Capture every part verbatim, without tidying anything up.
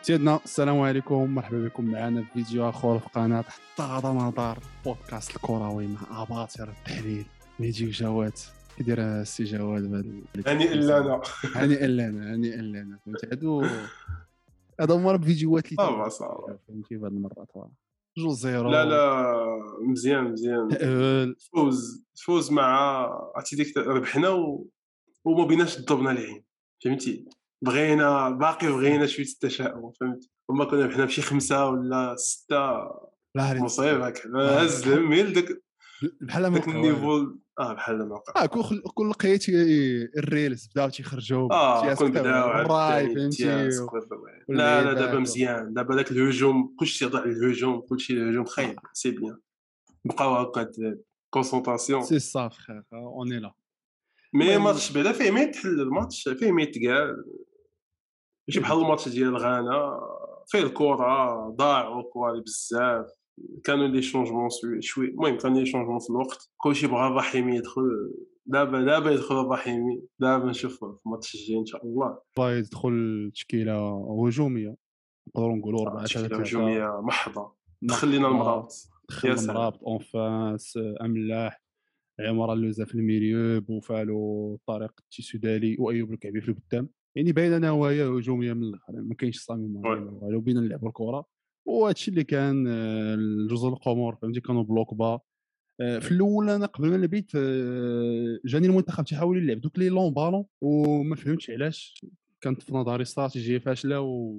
سيدنا السلام عليكم، مرحبا بكم معنا في فيديو اخر في قناه حتى غدا نظر بودكاست الكروي مع اباطره التحليل ميجي وجواد. كي داير السي جواد بهذا هاني الا انا هاني الا انا هاني الا انا فهمتي. هادو هذا هما الفيديوهات اللي صافا تنبغي صافا فهمتي بهذه المرات. جو زيرو لا لا مزيان مزيان تأهل. فوز فوز مع عرفتي ديك ربحنا و... وما بيناش ضربنا العين فهمتي. بغينا باقي بغينا شويه التشاؤم فهمت، وما كنا ربحنا بشي خمسة ولا ستة لا ريت مصيبه كان لا هز بحال الهم غير داك بحال ما داك وقع والو. النيفو. اه بحال ما وقع اه والو. كل كل لقيت الريلز بداو تيخرجوا اه بالامتياز كون كتاب بداو الراي عاوتاني فهمتي امتياز قبل. لا لا دابا واللعيبات. مزيان، دابا داك الهجوم كلشي يهضر على الهجوم، كلشي الهجوم خايب سي بيان، بقاو هكا كونسونطاسيون. سي صافي خير اوني لا. مي المهم ماتش بعدا فيه ما يتحل، الماتش فيه ما يتقال، ماشي فيه بحال دوك الماتش ديال غانا فيه الكرة ضاعوا كواري بزاف، كانوا لي شونجمون شوي. المهم كان لي شونجمون في الوقت، كلشي بغى الرحيمي يدخل. دابا دابا يدخل الرحيمي، دابا نشوفوه في الماتش الجاي ان شاء الله. الله يدخل تشكيله هجوميه نقدروا نقولوا آه، أربعة ثلاثة تشكيله ثلاثة هجوميه محضه، دخل لينا محضه. المرابط. دخل يا سلام. المرابط اون فاس املاح عمر اللوزه في الميليو بوفالو طارق التيسودالي وايوب الكعبي في القدام. يعني باينه نوايا هجوميه من الاخر، ما كاينش صامي وي. ما والو، بينا نلعبوا الكره. وهذا الشيء اللي كان آه، الجزء القمر فهمتي كانوا بلوك با. آه، في الاول انا قبل ما نبيت آه، جاني المنتخب تيحاول يلعب دوك لي لون بالون وما فهمتش علاش. كانت في نظري استراتيجيه فاشله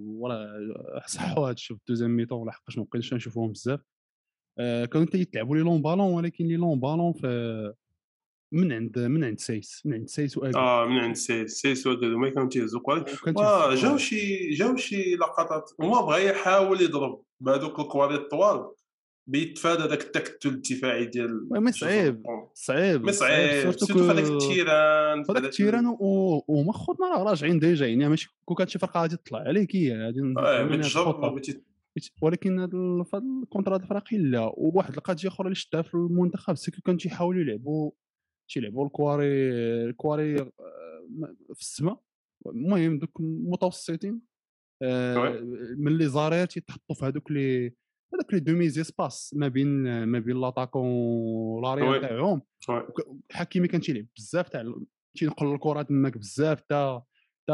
وراه صحوا هذا الشيء في الدوزيام ميطون، لحقاش ما بقيناش نشوفوهم بزاف. آه، كانوا تيلعبوا لي لون بالون، ولكن لي لون بالون في من عند من عند سايس من عند سايس واكل. اه من عند سي سي سواد ما كانوا تيهزوا كواري. وكان تيهز وجاو الكره. شي جاو شي لقطات هما بغا يحاول يضرب بهذوك الكواري الطوال بيتفادى داك التكتل الدفاعي ديال المهم جزر صعيب القوم. مي صعيب صعيب صعيب سورتو سيرتو في هذاك كو التيران في هذاك هذاك التيران و- وما خدنا راه راجعين ديجا. يعني ماشي كون كانت شي فرقه غادي تطلع عليك هي غادي اه نعملوا لها متجرب الخطه. بغيتي. ولكن هاد ال- في هاد الكونترا الافريقي لا. وواحد القضيه اخرى اللي شفتها في المنتخب سكو كانوا تيحاولوا يلعبوا تيلعبوا الكواري الكواري آه، في السماء. المهم دوك المتوسطين وي آه، من لي زارير تيتحطوا في هذوك لي هذوك لي دومي زيسباس ما بين ما بين لاطاكون والاريير وي تاعهم. وي وك- حكيمي كان تيلعب بزاف تاع ال- تينقل الكره تماك بزاف تا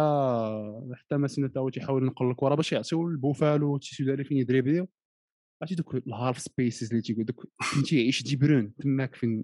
تا حتى ماسينا تا هو تيحاول ينقل الكره باش يعطيو البوفالو تيسوداري فين يدريبليو. عرفتي دوك الهالف سبيسز اللي تيقول دوك فين تيعيش دي برون تماك فين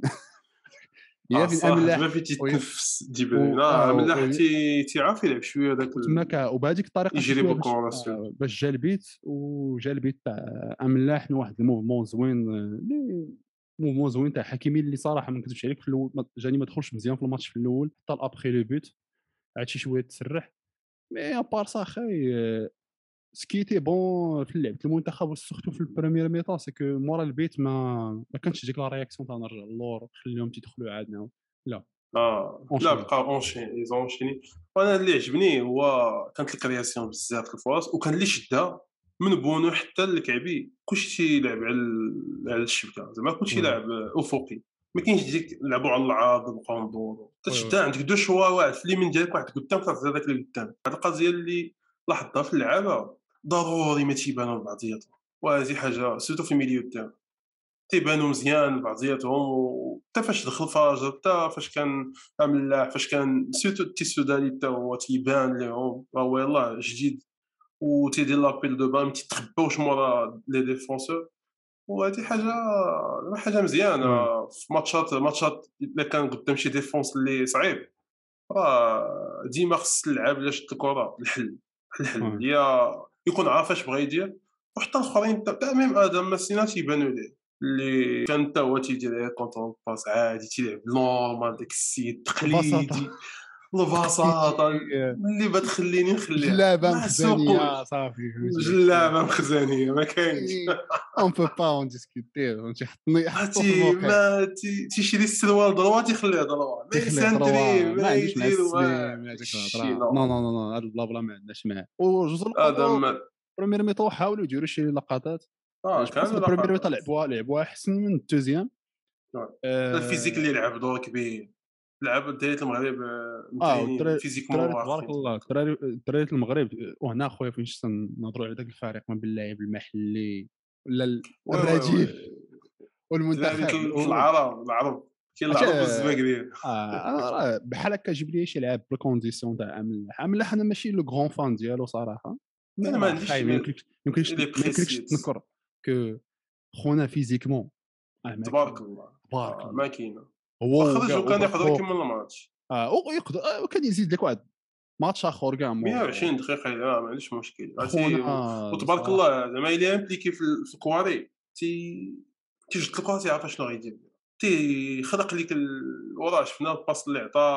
اه يا فين الصراحه املاح تما في وي- تيتنفس دي و بروين. اه اه من وي- حتى تيعرف يلعب شويه داك ال... وتماك وبهذيك الطريقه شي يجري شويه باش بالكره سيرتو. آه، باش جا البيت وجا البيت تاع املاح واحد الموفمون زوين آه، اللي موفمون زوين تاع حكيمي اللي صراحه ما نكذبش عليك في الاول ما- جاني ما دخلش مزيان في الماتش في الاول حتى الابخي لو بوت عاد شي شويه تسرح. مي ابار سا خاي آه، سكيتي بون في لعبه المنتخب وسورتو في البريمير ميطون سي كو مورا البيت ما ما كانش ديك لا رياكسيون تاع نرجع للور خليهم تيدخلوا عاد نعاود. لا اه لا اونشين. بقى اونشين ايزون اونشيني. وانا اللي عجبني هو كانت الكرياسيون بزاف الفرص، وكان اللي شدها من بونو حتى الكعبي كلشي تيلعب على ال- على الشبكه، زعما كلشي وي لاعب افقي. ما كاينش ديك نلعبوا على العرض ونبقاو ندوروا وي تشدها، وي عندك دو شوا، واحد في اليمين ديالك واحد قدام كتعطي هذاك اللي قدام. هذه القضيه اللي لاحظتها في اللعابه ضروري ما تيبانوا لبعضياتهم، وهذه حاجه سيرتو في الميليو تاعهم تيبانوا مزيان بعضياتهم. وحتى فاش دخل فاجر حتى فاش كان ملاح فاش كان سيرتو التيسودالي حتى هو تيبان ليهم راه هو يلاه جديد وتيدير لابيل دو بال ما تيتخباوش مورا لي ديفونسور. وهذه حاجه حاجه مزيانه وي في ماتشات ماتشات الا كان قدام شي ديفونس اللي صعيب. راه ديما خص اللعاب الا شد الكره الحل الحل وي يا يكون عارف اش بغا يدير. وحتى الاخرين تاع ميم ادم ماسينا تيبانوا ليه اللي كان حتى هو تيدير غير كونترول باس عادي، تيلعب نورمال داك السيد البساطه التقليدي تقليدي البساطه اللي بتخليني نخليها جلابه ما مخزانيه سوقوش. صافي فهمتي داك الشيء. جلابه مخزانيه ما كاينش. اون بو با اون ديسكوتي فهمتي حطني حطو في هاتي الموقع ما تي- تيشري السروال دروا تيخليه دروا ما تيخليه يسانتري دروا ما ما عندوش مع يدير ما السليم هذيك شي الهضره. نو نو. نو نو نو هذا البلا ما عندناش معاه. وجوج الاخر ادم بريمير ميطو حاولوا يديروا شي لقطات. اه جو بونس كانوا البريمير ميطو لقطات. لعبوها لعبوها احسن من الدوزيام. الفيزيك اللي يلعب دور كبير. لعب الدراري المغرب آه، آه متينين والدراري فيزيكمون الدراري تبارك واعرين. الله، الدراري الدراري المغرب. وهنا خويا فين شفت نهضروا على ذاك الفريق ما بين اللاعب المحلي ولا ال وي وي وي الرديف الدراري والمنتخب تل- و العرب العرب كاين عرفتي. العرب والزواكرين. آه انا راه بحال هكا جيب لي شي لاعب بالكونديسيون تاع املاح املاح. انا ماشي لو غران فان ديالو صراحه، مي انا ما راه عنديش خايب. ما ما- يمكنلكش ما يمكنلكش لي ما يمكنلكش بريسيت. تنكر كو خونا فيزيكمون. اه ما تبارك كاين. الله. تبارك آه الله. ما كاينه. هو واخا وكاع رجعوا كان يقدر وبرقوق. يكمل الماتش اه ويقدر آه وكان يزيد لك واحد ماتش اخر كاع مية مورا. وعشرين دقيقه. لا ما عنديش مشكل خونا عرفتي و- وتبارك صراحه. الله زعما الا امبليكي في ال- في الكواري تي تيجد الكره تيعرف شنو غيدير. تيخلق لك ال- وراه شفنا الباس اللي عطا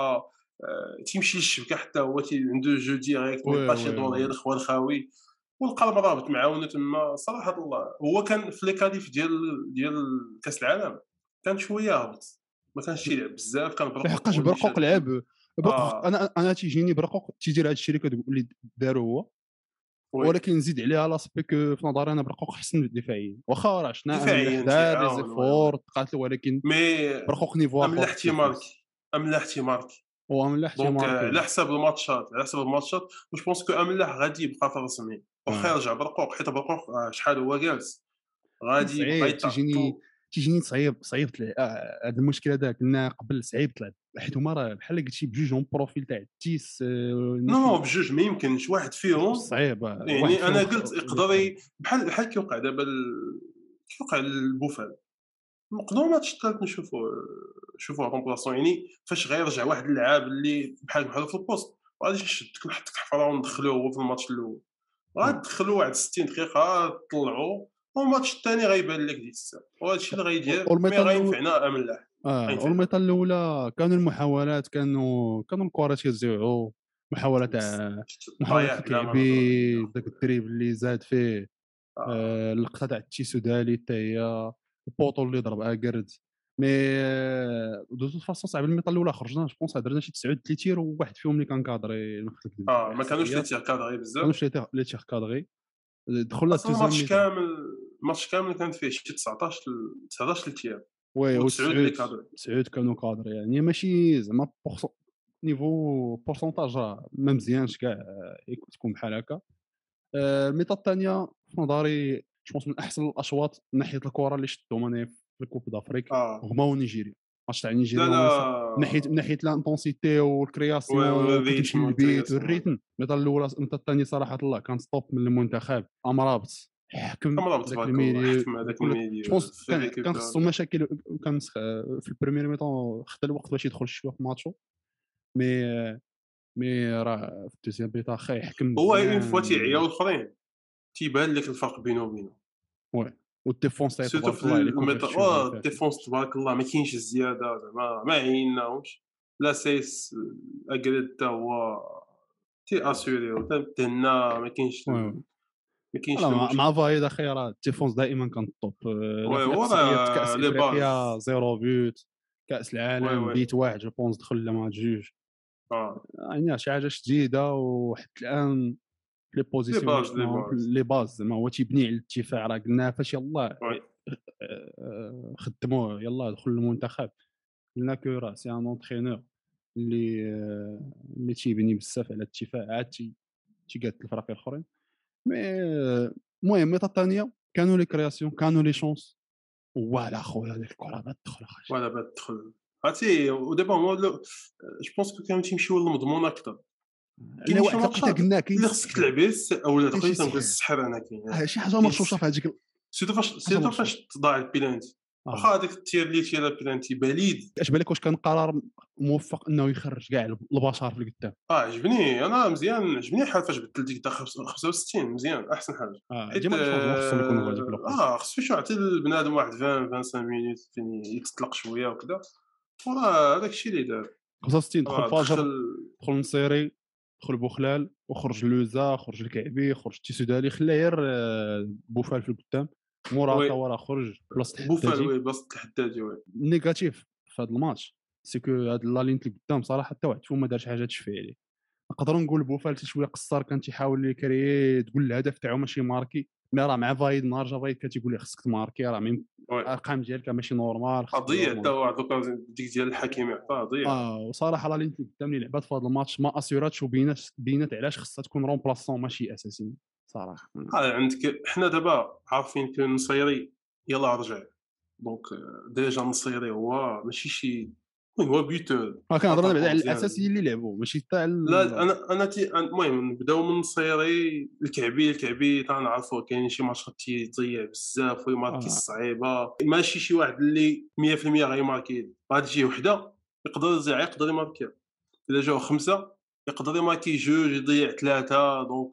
آه، تيمشي للشبكه حتى هو تي عنده جو ديريكت ما وي يبقاش وي يدور وي. غير الخوان الخاوي. والقلب رابط معاونه تما صراحه الله. هو كان في لي كاليف ديال ديال كاس العالم كان شويه هبط، ما كانش تيلعب بزاف، كان برقوق لحقاش هو اللي برقوق شاد ال- لعب. برقوق اه انا انا تيجيني برقوق تيدير هذا الشيء اللي كتقول لي دارو هو. وي ولكن نزيد عليها لاسبي كو في نظري انا برقوق احسن دفاعيا. واخا راه شفنا املاح دفاعيا دار لي تيعاون وي وي. زيفور تقاتل، ولكن مي برقوق نيفو اخر املاح في الديفونس. تيماركي، املاح تيماركي. هو املاح دونك آه، على تيماركي. حساب الماتشات على حساب الماتشات جو بونس كو املاح غادي يبقى في الرسمي واخا اه يرجع برقوق، حيت برقوق آه، شحال هو جالس غادي يبقى صعيب تيجيني. يطاطو. تيجيني صعيب صعيب تلعب. آه، هذا المشكل هذا قلنا قبل صعيب تلعب، حيت هما راه بحال قلتي بجوج هما بروفيل تاع التيس. آه، نو الناس نو اللي بجوج ما يمكنش واحد فيهم. صعيب. آه، واحد يعني فيهم انا خ- قلت اللي يقدر خارج. ي- بحال بحال كيوقع دابا ال- كيوقع للبوفال. نقدروا ماتش الثالث نشوفوا نشوفوا رومبلاسون، يعني فاش غيرجع واحد اللاعب اللي بحال بحال في البوست غادي نشدك نحطك حفره وندخلوه هو في الماتش الاول. آه. غتدخلوا واحد ستين دقيقة طلعوا والماتش الثاني غيبان لك ديك الساعة، وهذا الشيء اللي غيدير مي والميطا الأول. غينفعنا أملاح. اه غينفعنا والميطا الاولى كانوا المحاولات، كانوا كانوا الكرات كيزيعوا. محاولة تاع محاولة الضياع بلا ما نهضروا الكعبي، عليها. داك الدريب اللي زاد فيه. آه. آه، اللقطة تاع التيسو دالي حتى هي. البوطو اللي ضربها قرد. مي آه، دو توت فاسون صعيب. الميطا الاولى خرجنا جو بونس درنا شي تسعة لي تير، وواحد فيهم اللي كان كادري نقدر نكذب اه ما كانوش لي الاحصائيات. تير كادغي كانوا بزاف. شي تير لي تير كادري. دخلنا اصلا الدوزيام الماتش ميطا. كامل الماتش كامل كانت فيه شي تسعطاش ل- تسعطاش لتير وي وتسعود اللي وتسعود. كادغي. تسعود كانوا كادري، يعني ماشي زعما بورسون نيفو بورسونتاج راه ما مزيانش كاع. آه، يك- تكون بحال هكا. آه، الميطا الثانيه في نظري جو بونس من احسن الاشواط من ناحيه الكره اللي شفتهم انايا في الكوب دافريك اه هما ونيجيريا. الماتش تاع لا نيجيريا لا ومصر من ناحيه من ناحيه الانتونسيتي وي وي والكرياسيون كتمشي الريتم للبيت والكرياسيون. والريتم. الميطا الاولى الميطا الثاني صراحه الله كان ستوب من المنتخب امرابط. حكم كاميرا ذاك تبارك الله الميليو حكم هذاك يقول لك. جو الميليو بونس في كان ليكيب كان تاع. خصو مشاكل. كان سخ- في البريمير ميطون خدا الوقت باش يدخل شويه في ماتشو. مي مي راه في الدوزيام ميطون خا يحكم هو اون فوا تيعياو مزيان. الاخرين تيبان لك الفرق بينه وبينه. وي والديفونس تاعي سيرتو تبارك في الله عليه الميتا كوفرتور اللي واه فات. الديفونس تبارك الله ما كاينش الزياده زعما ما عيناهمش. لا سايس اكريد حتى هو تي اسيوري وتهنا ما كاينش وي وي. ما كاينش لا مع المشكل. مع فايد اخي راه الديفونس دائما كان الطوب. آه، لا وي في هو الاحصائيات راه كاس لي افريقيا باز. زيرو بوت. كاس وي العالم وي بيت واحد جو بونس دخل لما جوج. اه يعني شي حاجه جديده. وحتى الان لي لي بوزيسيون اللي باز لي شفناهم في باز. لي باز زعما هو تيبني على الدفاع. راه قلنا فاش يلاه وي آه، خدموه يلاه دخل المنتخب. قلنا كو راه سي ان اونترينور اللي آه، اللي تيبني بزاف على الدفاع عاد تي تيقاد الفرق الاخرين. مي آه، المهم ميطا الثانيه كانوا لي كرياسيون كانوا لي شونس. فوالا خويا هذيك الكره ما تدخل اخاي. فوالا باه تدخل عرفتي. ودابا هو جو بونس كو كانوا تيمشيو للمضمون اكثر. لا كاينين شي واحد لقيتها ماتشات قلنا كاين اللي خصك السحر. تلعبي اولا كاين شي تقدر تنقول سحر. السحر. انا كاين آه شي حاجه كاين مرشوشه في السحر. هذيك ال- سيرتو فاش حاجه سيرتو مرشوشه. فاش تضاع البيلانتي. اه واخا هذاك التير اللي تير البيلانتي بليد. اش بالك واش كان قرار موفق انه يخرج كاع البشر في القدام. اه عجبني انا مزيان عجبني حال فاش بدل ديك الدقيقه خمسة وستين مزيان احسن حاجه. اه حيت ديما لي شونجمون خصهم يكونوا في هذيك اه الوقيته. آه، خصو شو يعطي البنادم واحد عشرين خمسة وعشرين مينوت فين يتطلق شويه وكذا. وراه هذاك الشيء اللي دار. خمسة وستين دخل راه فاجر. دخل. دخل نصيري. دخل بوخلال وخرج لوزا خرج الكعبي خرج تيسودالي خلى غير آه، بوفال في القدام. موراتا وي وراه خرج بلاصه بوفال الحدادي. وي بلاصه الحدادي وي. النيجاتيف في هذا الماتش سي كو هاد لا لين اللي قدام صراحه حتى واحد فيهم ما دارش حاجه تشفي عليه. نقدروا نقول بوفال حتى شويه قصر كان تيحاول يكري تقول الهدف تاعو ماشي ماركي. مي راه مع فايد نهار جا فايد كان تيقول لي خصك تماركي راه ميم- وي الارقام ديالك ماشي نورمال، خصك قضيه حتى نورمال. واحد لوكازيون ديك ديال الحكيمي عطاها ضيع. اه وصراحه لا اللي قدام اللي لعبات في هذا الماتش ما اسيوراتش وبينات بينات علاش خصها تكون رومبلاسون ماشي اساسي صراحه. اه عندك حنا دابا عارفين كان النصيري يلاه رجع، دونك ديجا النصيري هو ماشي شي، المهم هو بيوتور ما كنهضر انا بعدا اتاكون على مزيان. الاساسيين اللي لعبوا ماشي تاع لا ال... انا انا تي المهم نبداو من النصيري. الكعبي الكعبي تنعرفوه كاين شي ماتشات تيضيع بزاف ويماركي آه. الصعيبه، ماشي شي واحد اللي مية في المية غيماركي، غادي تجي وحده يقدر يضيع يقدر يماركي، الا جاو خمسه يقدر يماركي جوج يضيع ثلاثه. دونك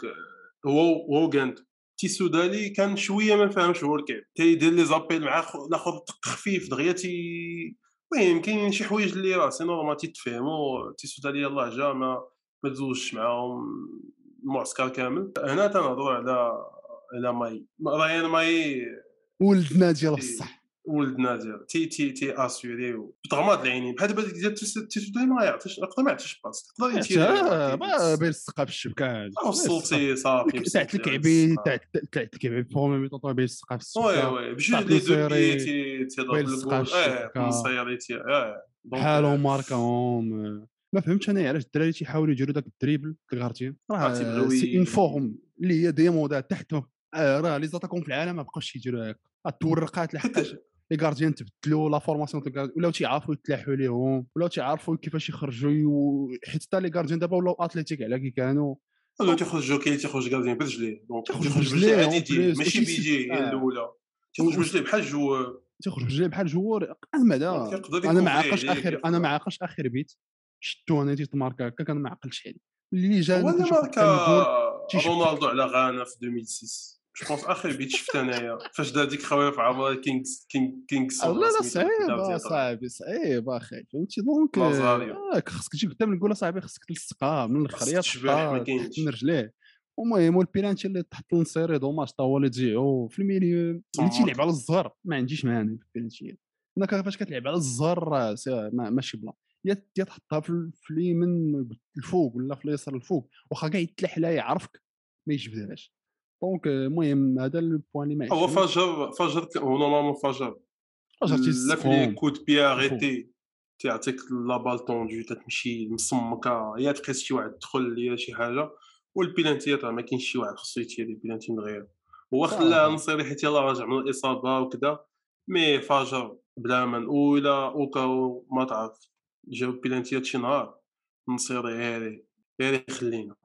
هو هو كانت تيسودالي كان شويه ما فاهمش هو الكعب، تيدير لي زابيل مع خ- الاخر خفيف دغيا تي. المهم كاين شي حوايج اللي راه سي نورمال تيتفهموا. تيسودالي يلاه جا ما ما تزوجش معاهم المعسكر كامل. هنا تنهضروا على على ماي ريان ماي. ولدنا ديال تي الصح. ولد نادر تي تي تي اسيوري بتغماض العينين بحال دابا ديك ديال تيسودالي ما يعطيش يقدر ما يعطيش باس يقدر يتيري على حتى ماركيديس. ما بين السقا في الشبكه هادي السقا وصلتي صافي تاعت وصلتي غير الكعبي للسقا. تاعت تاعت الكعبي برومي ميطون طوي بين السقا في وي الشبكه. وي بجوج تعرف لي دو بيي نصيري تي بين تيضرب السقا الجول في اه في الشبكه النصيري تي اه دونك بحالهم ماركاهم. ما فهمتش انا علاش الدراري تيحاولوا يديروا داك الدريبل الغارتيان آه، راه تيبغيو سي اون ي- فورم اللي هي ديمودا تحت. آه راه لي زاتاكون في العالم ما بقاوش يديروا هكا التورقات حيت لحقاش لي غارديان تبدلوا لا فورماسيون تاع الغارديان ولاو تيعرفوا يتلاحوا ليهم ولاو تيعرفوا كيفاش يخرجوا يو... حيت حتى لي غارديان دابا ولاو اتليتيك على كي كانوا. ولاو تيخرج كاين تيخرج كارديان برجليه، دونك تيخرج تيخرج برجليه برجليه عادي اون يدير بليس ماشي وتيسد بيجي هي آه. الاولى. تيخرج و- برجليه بحال الجوار، تيخرج برجليه بحال جوار. انا دونك بعدا يقدر انا ما يكوفري عاقلش عليك اخر انا ما يقدر. عاقلش اخر بيت شتو انا تيتماركا هكا كان ما عقلتش عليه اللي جا هو انا اللي كنشوف ماركا قدام الجول رونالدو تيشبك. على غانا في ألفين وستة. جو بونس اخر بيت شفت انايا فاش دار ديك خويا في عمر كينغز كينغ لا كينغسون ولا لا سميتو داك صعيبه الكارديان تاع صاحبي صعيبه اخي فهمتي دونك نازاريو. آه، خصك تجي قدام الجول صاحبي خصك تلصقها من الاخر خاصك يا تشبح ما تحطها تحت من كاينش. رجليه. المهم والبيلانتي اللي تحت النصيري دوماج تا هو اللي تجيعو في الميليو اللي تيلعب تماك على الزهر ما عنديش مانع في البيلانتي. انا فاش كتلعب على الزهر راه سي- ما- ماشي بلا يا يا تحطها في ال- في اليمين الفوق ولا في اليسار الفوق واخا كاع يتلح لا يعرفك ما يجبدهاش. دونك آه، المهم هذا البوان اللي ما هو عجبنيش. فجر فجر ك- هو نورمالمون فجر راه لا في لي تيسقهم كود بي الفوق. اريتي تيعطيك لا بال طوندو تتمشي مصمكه يا تقيس شي واحد دخل يا شي حاجه. والبيلانتيات راه ما كاينش شي واحد خصو يتيري بيلانتي من غير. هو خلاه صراحه نصيري حيت يلاه راجع من الاصابه وكذا، مي فجر بلا من ولا اوكاو ما تعرف جاو بيلانتيات شي نهار نصيري غير غير يخلينا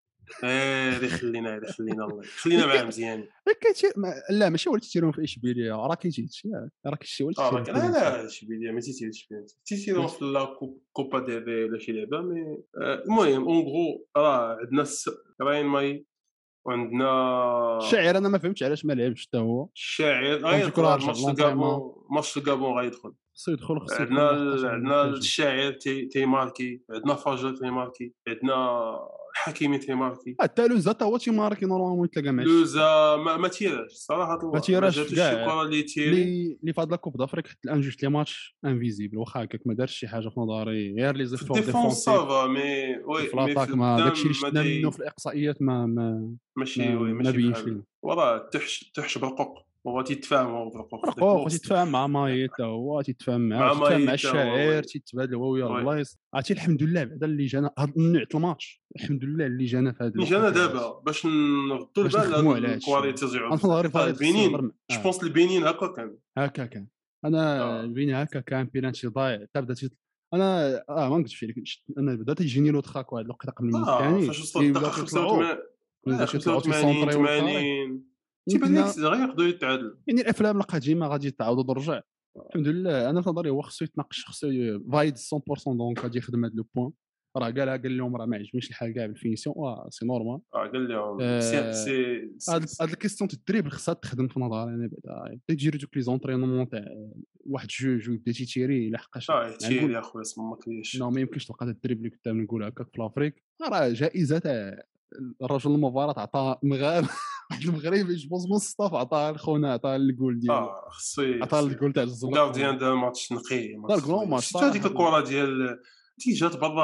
غير يخلينا غير يخلينا الله خلينا معاه مزيانين. كيتي ما... لا ماشي هو اللي تيتيرون في اشبيليه راه كاين شي هادشي ياك. راه كاين شي هو اللي اه تيتيرون راك في لا بيلانتي. لا اشبيليه ما تيتيرش بيلانتي تيتيرون ماشي في لا كوب كوبا ديل ري ولا شي لعبه مي. آه، المهم اون غرو راه عندنا الس- راين ماي وعندنا الشاعر انا ما فهمتش علاش ما لعبش حتى هو. الشاعر كنت يكون غيدخل راه هاد رجع ماتش لونطريمون الكابون ماتش الكابون غيدخل. خصو يدخل خصو عندنا يدخل لحقاش ال- راه عندنا محتاج. الشاعر تي تيماركي، عندنا فجر تيماركي، عندنا حكيمي تيماركي. حتى لوزا تا هو تيماركي نورمالمون يتلاقى مع الشتا. لوزا ما, ما تيراش صراحه ما الله ما تيراش في جاتوش شي كاع كره اللي تيري. اللي اللي في هاد لاكوب دافريك حتى الان جوج لي ماتش انفيزيبل واخا هكاك ما دارش شي حاجه في نظري غير لي في زيفور الديفونس ديفونسيف. صافا مي وي وفي مي في لاطاك ما داكشي اللي القدام ما شفنا منه في تي الاقصائيات ما ما ماشي ما, وي ما ماشي بينش بحال لينا. وراه تحش تحش برقوق هو تيتفاهموا برقوق في داك رقوق الوقت تيتفاهم مع ماي حتى هو تيتفاهم معاه مع وتيتفاهم مع ماي حتى هو الشاعر وي تيتبادل هو ويا وي البلايص عرفتي الحمد لله بعدا اللي جانا هاد النوع تاع الماتش الحمد لله اللي جانا في هاد مي الوقيته جانا هادشي دابا باش نردوا باش البال لهاد نخدموا على هادشي. الكواليتي تيرجعوا انا في بزاف نظري حيت راه فايت خصو يهضر البنين م- جو اه بونس البنين هكا كان. هكا كان. انا اه البيني هكا كان بيناتشي ضايع حتى بدات يت- انا اه ما نكذبش عليك شت- انا بدات يجيني لو تخاك واحد الوقيته قبل الموت اه الثاني فاش وصلت اللي الدقيقه ولاو تيطلعوا خمسة وثمانين ولاو آه تيطلعوا خمسة وثمانين تيسونطريو الكاري. ثمانين تيبان لك يمكن غير يقدروا يتعادلوا. يعني الافلام القديمه غادي تعاود ترجع. الحمد لله انا في نظري هو خصو يتناقش خصو ي- فايد مية بالمية دونك غادي يخدم هذا لو بوين. راه قالها قال لهم راه ما عجبنيش الحال كاع بالفينيسيون واه سي نورمال. اه قال لهم سي آه، سي هاد سي- هاد الكيستيون تاع الدريبل خصها تخدم في نظري انا بعدا بدا يديروا دوك لي زونطرينمون تاع واحد جوج ويبدا تيتيري لحقاش اه نقول تيري اخويا اسمه ما كليش. نو ما يمكنش تلقى هاد الدريبل قدام نقول هكاك في لافريك راه جائزه تاع الرجل المباراة عطى مغاربه واحد المغربي جو بونس مصطفى عطاها لخونا عطاها الجول ديالو اه خصو عطاها خصو الجول تاع الزلق. غارديان دا ماتش نقي دار ماتش كرون زوين ماتش شفتو هذيك صراحه. الكره ديال تي جات بالراس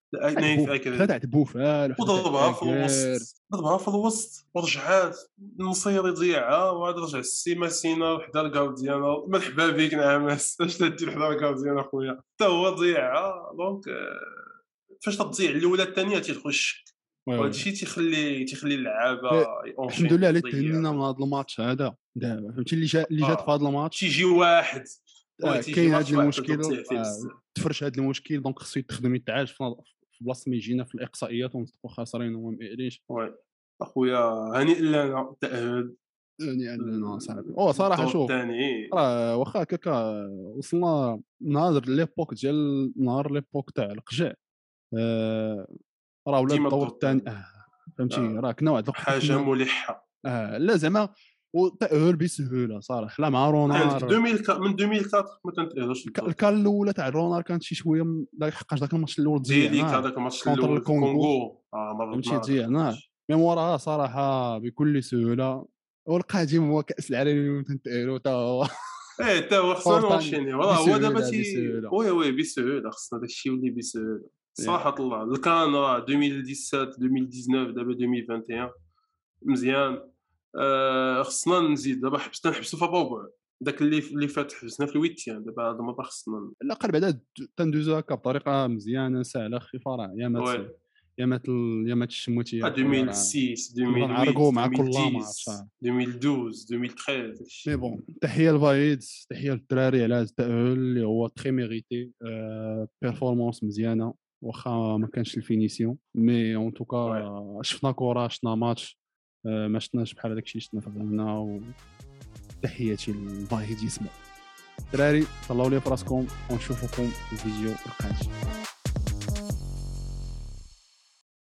نايف عتبو اكرد حدا تعتبو فال وحده وضربها في تعتاكر. الوسط ضربها في الوسط ورجعات النصير يضيعها وعاد رجع السيما سينا حدا الكارديان مرحبا بك نعمس اش تدير حدا الكارديان اخويا حتى هو ضيعها دونك آه، فاش تضيع الاولى الثانيه تيدخل الشك وي وهذا وي الشيء تيخلي تيخلي اللعابه إيه، الحمد اونشيني لله اللي وتضيع تهنينا من هذا الماتش هذا دابا فهمتي اللي جا اللي جات في اه هذا الماتش. تيجي واحد واه آه، تيجي كاين هذا ماتش واحد المشكل، تضيع فيه آه، بزاف تفرش هذا المشكل دونك خصو يتخدم يتعالج في في بلاصه ما يجينا في الاقصائيات ونصبحوا خاسرين وما مقليش. وي اخويا هنيئا لنا التاهل يعني لنا صاحبي او صراحه للدور شوف، الثاني راه واخا هكاكا وصلنا نهار ليبوك ديال نهار ليبوك تاع القجع، آه، راه ولا ديما الدور الدور الثاني الثاني آه، فهمتي آه. راه كنا واحد الوقت حاجه كنا ملحه آه لا زعما وتأهل بسهوله صراحه لا مع عندك رونار. ألفين وأربعة من ألفين وأربعة ما تنتقلوش الك- للدور الكال الثاني الاولى تاع رونار كانت شي شويه م- لا حقاش داك الماتش الاول ديليكت ضيعناه هذاك الماتش كونتر الاول في الكونغو، الكونغو اه ما فهمتي ردنا هذاك ضيعناه. الماتش من وراها صراحه بكل سهوله والقادم هو كاس العالم اللي تنتأهلوا حتى هو ايه تا هو خصنا دور ثاني نونشيني راه هو دابا بسهوله تي بسهوله. وي وي بسهوله خصنا داك الشيء يولي بسهوله يا صراحه الله الكان راه ألفين وسبعطاش ألفين وتسعطاش دابا ألفين وواحد وعشرين مزيان آه خصنا نزيد دابا حبسنا نحبسوا في الربع داك اللي اللي فات حبسنا في الويتيان دابا هذا المره خصنا لا قال بعدا تندوزو هكا بطريقه مزيانه سهله خفيفه، راه يا مات وي يا مات ال- يا مات الشموتي آه، يا خويا راه ألفين وستة نبغى ألفين نعرقوا مع وثمانية كل لا ماتش. ألفين وستة ألفين وحداش ألفين وثلاثة عشر مي داكشي بون تحيه لفايد، تحيه للدراري على هذا التاهل اللي هو تري ميريتي، آه بيرفورمانس مزيانه واخا ما كانش الفينيسيون مي اون وي توكا شفنا كره شفنا ماتش، آه ما شفناش بحال هذاك الشيء شفنا في هنا. وتحياتي لفايد يسمع الدراري، طلعوا لي فراسكم ونشوفكم في الفيديو القادم.